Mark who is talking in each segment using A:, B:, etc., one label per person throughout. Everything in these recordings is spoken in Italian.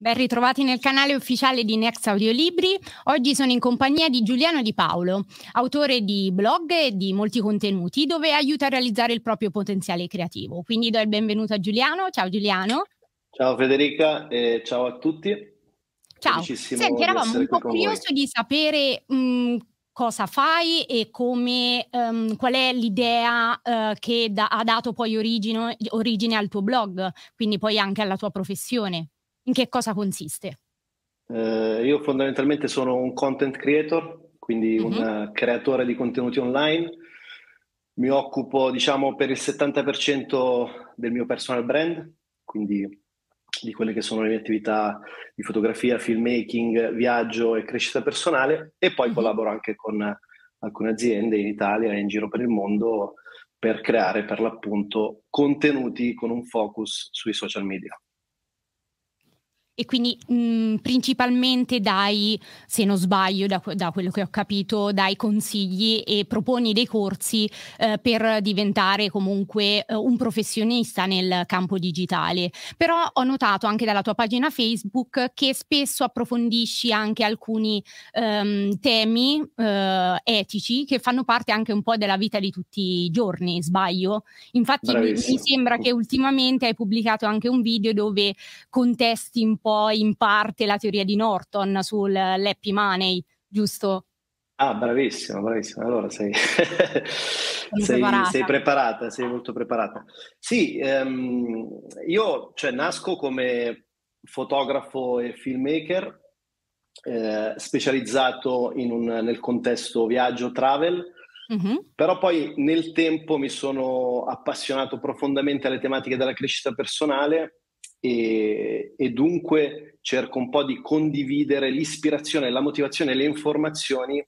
A: Ben ritrovati nel canale ufficiale di Next Audiolibri. Oggi sono in compagnia di Giuliano Di Paolo, autore di blog e di molti contenuti dove aiuta a realizzare il proprio potenziale creativo. Quindi do il benvenuto a Giuliano. Ciao Giuliano.
B: Ciao Federica e ciao a tutti.
A: Ciao. Senti,
B: Felicissimo di
A: eravamo
B: essere
A: un
B: qui
A: po'
B: con voi.
A: curiosi di sapere cosa fai e come, qual è l'idea che ha dato poi origine al tuo blog, quindi poi anche alla tua professione. In che cosa consiste?
B: Io fondamentalmente sono un content creator, quindi
A: Mhm.
B: un creatore di contenuti online. Mi occupo, diciamo, per il 70% del mio personal brand, quindi di quelle che sono le mie attività di fotografia, filmmaking, viaggio e crescita personale, e poi
A: Mhm.
B: collaboro anche con alcune aziende in Italia e in giro per il mondo per creare per l'appunto contenuti con un focus sui social media.
A: E quindi, principalmente dai, se non sbaglio da quello che ho capito, dai consigli e proponi dei corsi, per diventare comunque, un professionista nel campo digitale. Però ho notato anche dalla tua pagina Facebook che spesso approfondisci anche alcuni, temi, etici che fanno parte anche un po' della vita di tutti i giorni, sbaglio? Infatti mi
B: Bravissimo.
A: sembra che ultimamente hai pubblicato anche un video dove contesti un po' in parte la teoria di Norton sull'happy money, giusto?
B: Ah, bravissima, bravissima. Allora
A: Sono
B: sei
A: preparata.
B: preparata, sei molto preparata. Sì, io cioè, nasco come fotografo e filmmaker, specializzato nel contesto viaggio, travel,
A: Mh-mh.
B: però poi nel tempo mi sono appassionato profondamente alle tematiche della crescita personale e dunque cerco un po' di condividere l'ispirazione, la motivazione e le informazioni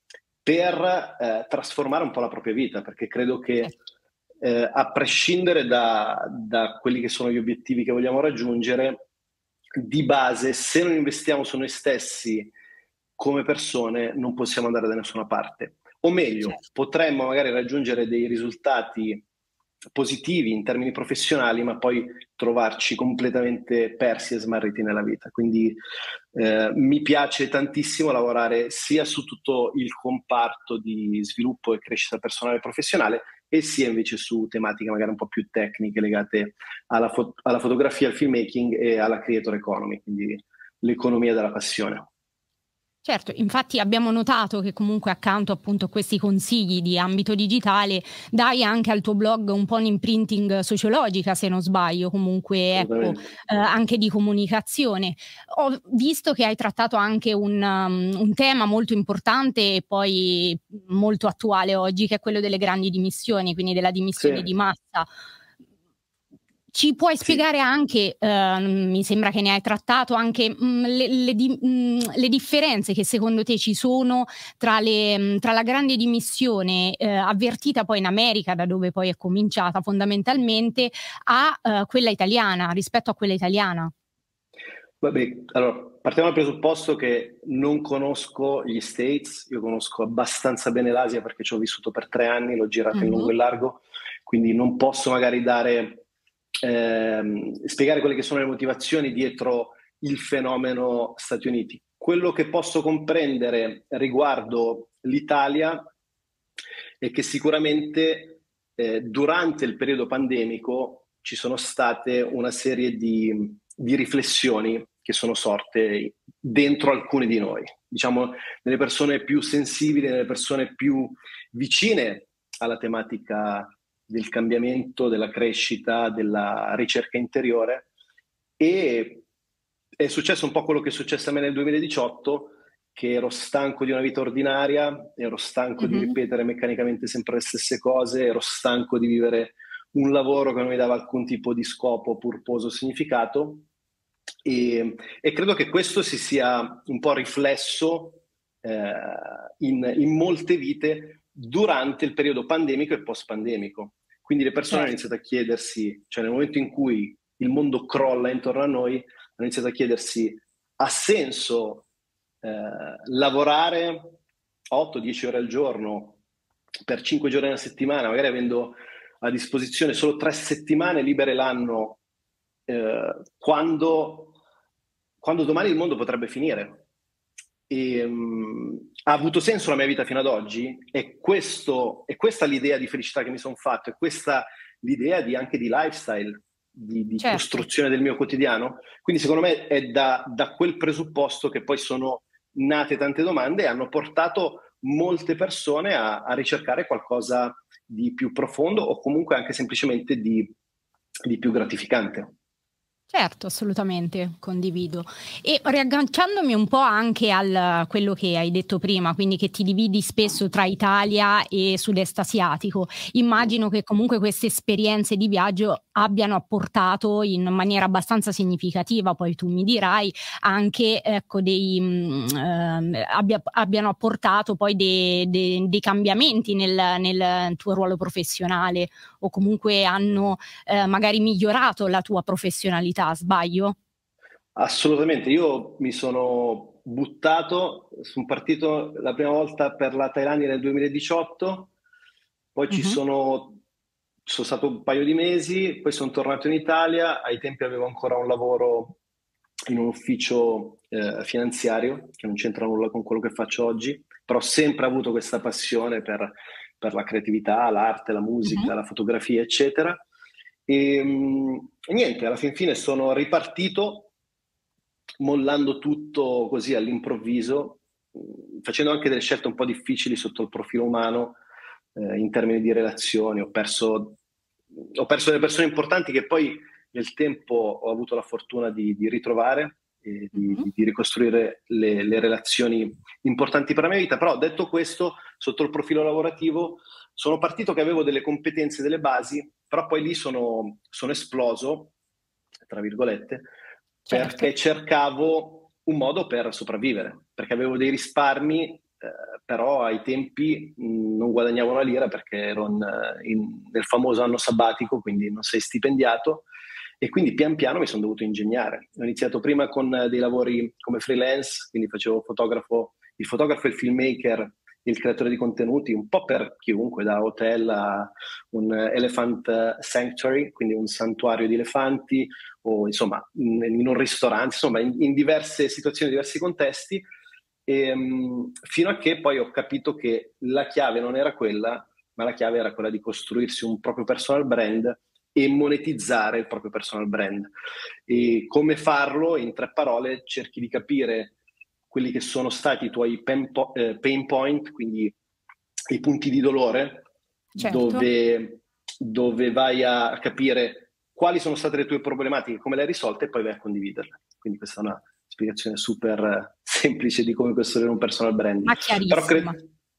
B: per trasformare un po' la propria vita, perché credo che
A: Certo.
B: a prescindere da quelli che sono gli obiettivi che vogliamo raggiungere, di base, se non investiamo su noi stessi come persone, non possiamo andare da nessuna parte. O meglio,
A: Certo.
B: potremmo magari raggiungere dei risultati positivi in termini professionali, ma poi trovarci completamente persi e smarriti nella vita. Quindi mi piace tantissimo lavorare sia su tutto il comparto di sviluppo e crescita personale e professionale, e sia invece su tematiche magari un po' più tecniche legate alla fotografia, al filmmaking e alla creator economy, quindi l'economia della passione.
A: Certo, infatti abbiamo notato che comunque accanto appunto a questi consigli di ambito digitale, dai anche al tuo blog un po' un'imprinting sociologica, se non sbaglio, comunque ecco,
B: Assolutamente.
A: anche di comunicazione. Ho visto che hai trattato anche un tema molto importante e poi molto attuale oggi, che è quello delle grandi dimissioni, quindi della
B: Sì,
A: dimissione di massa. Ci puoi
B: sì.
A: spiegare anche, mi sembra che ne hai trattato anche, le differenze che secondo te ci sono tra la grande dimissione, avvertita poi in America, da dove poi è cominciata fondamentalmente, a, quella italiana, rispetto a quella italiana?
B: Vabbè, allora, partiamo dal presupposto che non conosco gli States, io conosco abbastanza bene l'Asia perché ci ho vissuto per 3 anni, l'ho girata in lungo
A: Mh-mh.
B: e largo, quindi non posso magari spiegare quelle che sono le motivazioni dietro il fenomeno Stati Uniti. Quello che posso comprendere riguardo l'Italia è che sicuramente durante il periodo pandemico ci sono state una serie di riflessioni che sono sorte dentro alcuni di noi, diciamo nelle persone più sensibili, nelle persone più vicine alla tematica del cambiamento, della crescita, della ricerca interiore. E è successo un po' quello che è successo a me nel 2018, che ero stanco di una vita ordinaria, ero stanco di
A: Mh-mh.
B: ripetere meccanicamente sempre le stesse cose, ero stanco di vivere un lavoro che non mi dava alcun tipo di scopo, purpose o significato, e credo che questo si sia un po' riflesso in molte vite durante il periodo pandemico e post-pandemico. Quindi le persone hanno
A: Certo.
B: iniziato a chiedersi, cioè nel momento in cui il mondo crolla intorno a noi, hanno iniziato a chiedersi: ha senso lavorare 8-10 ore al giorno per 5 giorni alla settimana, magari avendo a disposizione solo 3 settimane libere l'anno, quando quando domani il mondo potrebbe finire. E, ha avuto senso la mia vita fino ad oggi? È questa l'idea di felicità che mi sono fatto, è questa l'idea anche di lifestyle, di
A: Certo.
B: costruzione del mio quotidiano. Quindi secondo me è da quel presupposto che poi sono nate tante domande e hanno portato molte persone a ricercare qualcosa di più profondo o comunque anche semplicemente di più gratificante.
A: Certo, assolutamente, condivido. E riagganciandomi un po' anche a quello che hai detto prima, quindi che ti dividi spesso tra Italia e sud-est asiatico, immagino che comunque queste esperienze di viaggio abbiano apportato in maniera abbastanza significativa, poi tu mi dirai, anche ecco, abbiano apportato poi dei cambiamenti nel tuo ruolo professionale o comunque hanno magari migliorato la tua professionalità, sbaglio?
B: Assolutamente, io mi sono buttato, sono partito la prima volta per la Thailandia nel 2018, poi sono stato un paio di mesi, poi sono tornato in Italia, ai tempi avevo ancora un lavoro in un ufficio finanziario, che non c'entra nulla con quello che faccio oggi, però ho sempre avuto questa passione per la creatività, l'arte, la musica, la fotografia, eccetera. E niente, alla fine sono ripartito mollando tutto così all'improvviso, facendo anche delle scelte un po' difficili sotto il profilo umano, in termini di relazioni. Ho perso delle persone importanti che poi nel tempo ho avuto la fortuna di ritrovare e di ricostruire le relazioni importanti per la mia vita. Però detto questo, sotto il profilo lavorativo sono partito che avevo delle competenze, delle basi, però poi lì sono esploso, tra virgolette, perché cercavo un modo per sopravvivere, perché avevo dei risparmi, però ai tempi non guadagnavo una lira perché ero nel famoso anno sabbatico, quindi non sei stipendiato, e quindi pian piano mi sono dovuto ingegnare. Ho iniziato prima con dei lavori come freelance, quindi facevo il fotografo, il filmmaker, il creatore di contenuti, un po' per chiunque, da hotel a un elephant sanctuary, quindi un santuario di elefanti, o insomma in un ristorante, insomma in diverse situazioni, diversi contesti, fino a che poi ho capito che la chiave non era quella, ma la chiave era quella di costruirsi un proprio personal brand e monetizzare il proprio personal brand. E come farlo? In 3 parole, cerchi di capire quelli che sono stati i tuoi pain point, quindi i punti di dolore, dove vai a capire quali sono state le tue problematiche, come le hai risolte, e poi vai a condividerle. Quindi questa è una spiegazione super semplice di come costruire un personal branding.
A: Ma chiarissima.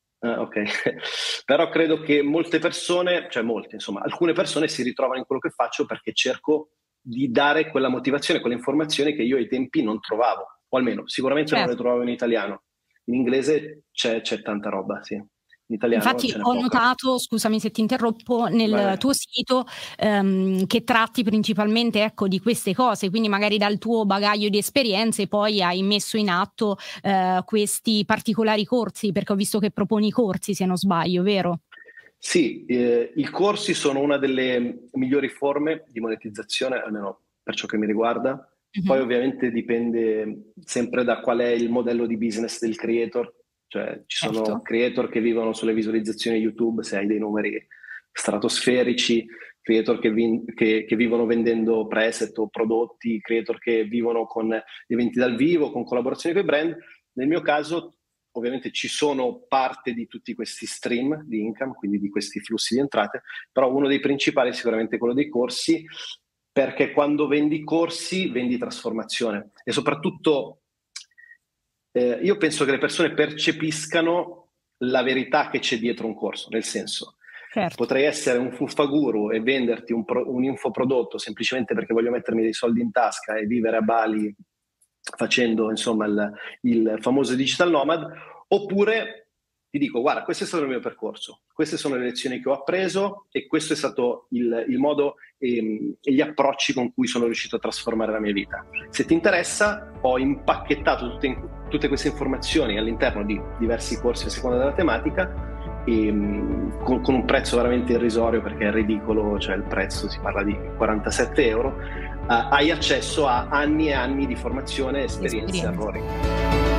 B: Però credo che molte persone, cioè molte, insomma, alcune persone si ritrovano in quello che faccio perché cerco di dare quella motivazione, quelle informazioni che io ai tempi non trovavo, o almeno sicuramente non le trovavo in italiano. In inglese c'è tanta roba, sì. In italiano
A: Infatti
B: ce n'è
A: ho
B: poca.
A: notato, scusami se ti interrompo, nel tuo sito che tratti principalmente, ecco, di queste cose, quindi magari dal tuo bagaglio di esperienze poi hai messo in atto questi particolari corsi, perché ho visto che proponi corsi, se non sbaglio, vero?
B: Sì, i corsi sono una delle migliori forme di monetizzazione, almeno per ciò che mi riguarda. Poi ovviamente dipende sempre da qual è il modello di business del creator, cioè ci sono creator che vivono sulle visualizzazioni YouTube, se hai dei numeri stratosferici, creator che vivono vendendo preset o prodotti, creator che vivono con eventi dal vivo, con collaborazioni con i brand. Nel mio caso ovviamente ci sono parte di tutti questi stream di income, quindi di questi flussi di entrate, però uno dei principali è sicuramente quello dei corsi, perché quando vendi corsi vendi trasformazione e soprattutto io penso che le persone percepiscano la verità che c'è dietro un corso, nel senso, potrei essere un fuffaguru e venderti un infoprodotto semplicemente perché voglio mettermi dei soldi in tasca e vivere a Bali facendo insomma il famoso digital nomad, oppure ti dico: guarda, questo è stato il mio percorso, queste sono le lezioni che ho appreso e questo è stato il modo e gli approcci con cui sono riuscito a trasformare la mia vita. Se ti interessa, ho impacchettato tutte queste informazioni all'interno di diversi corsi a seconda della tematica con un prezzo veramente irrisorio, perché è ridicolo, cioè il prezzo si parla di 47 euro, hai accesso a anni e anni di formazione, esperienze e errori.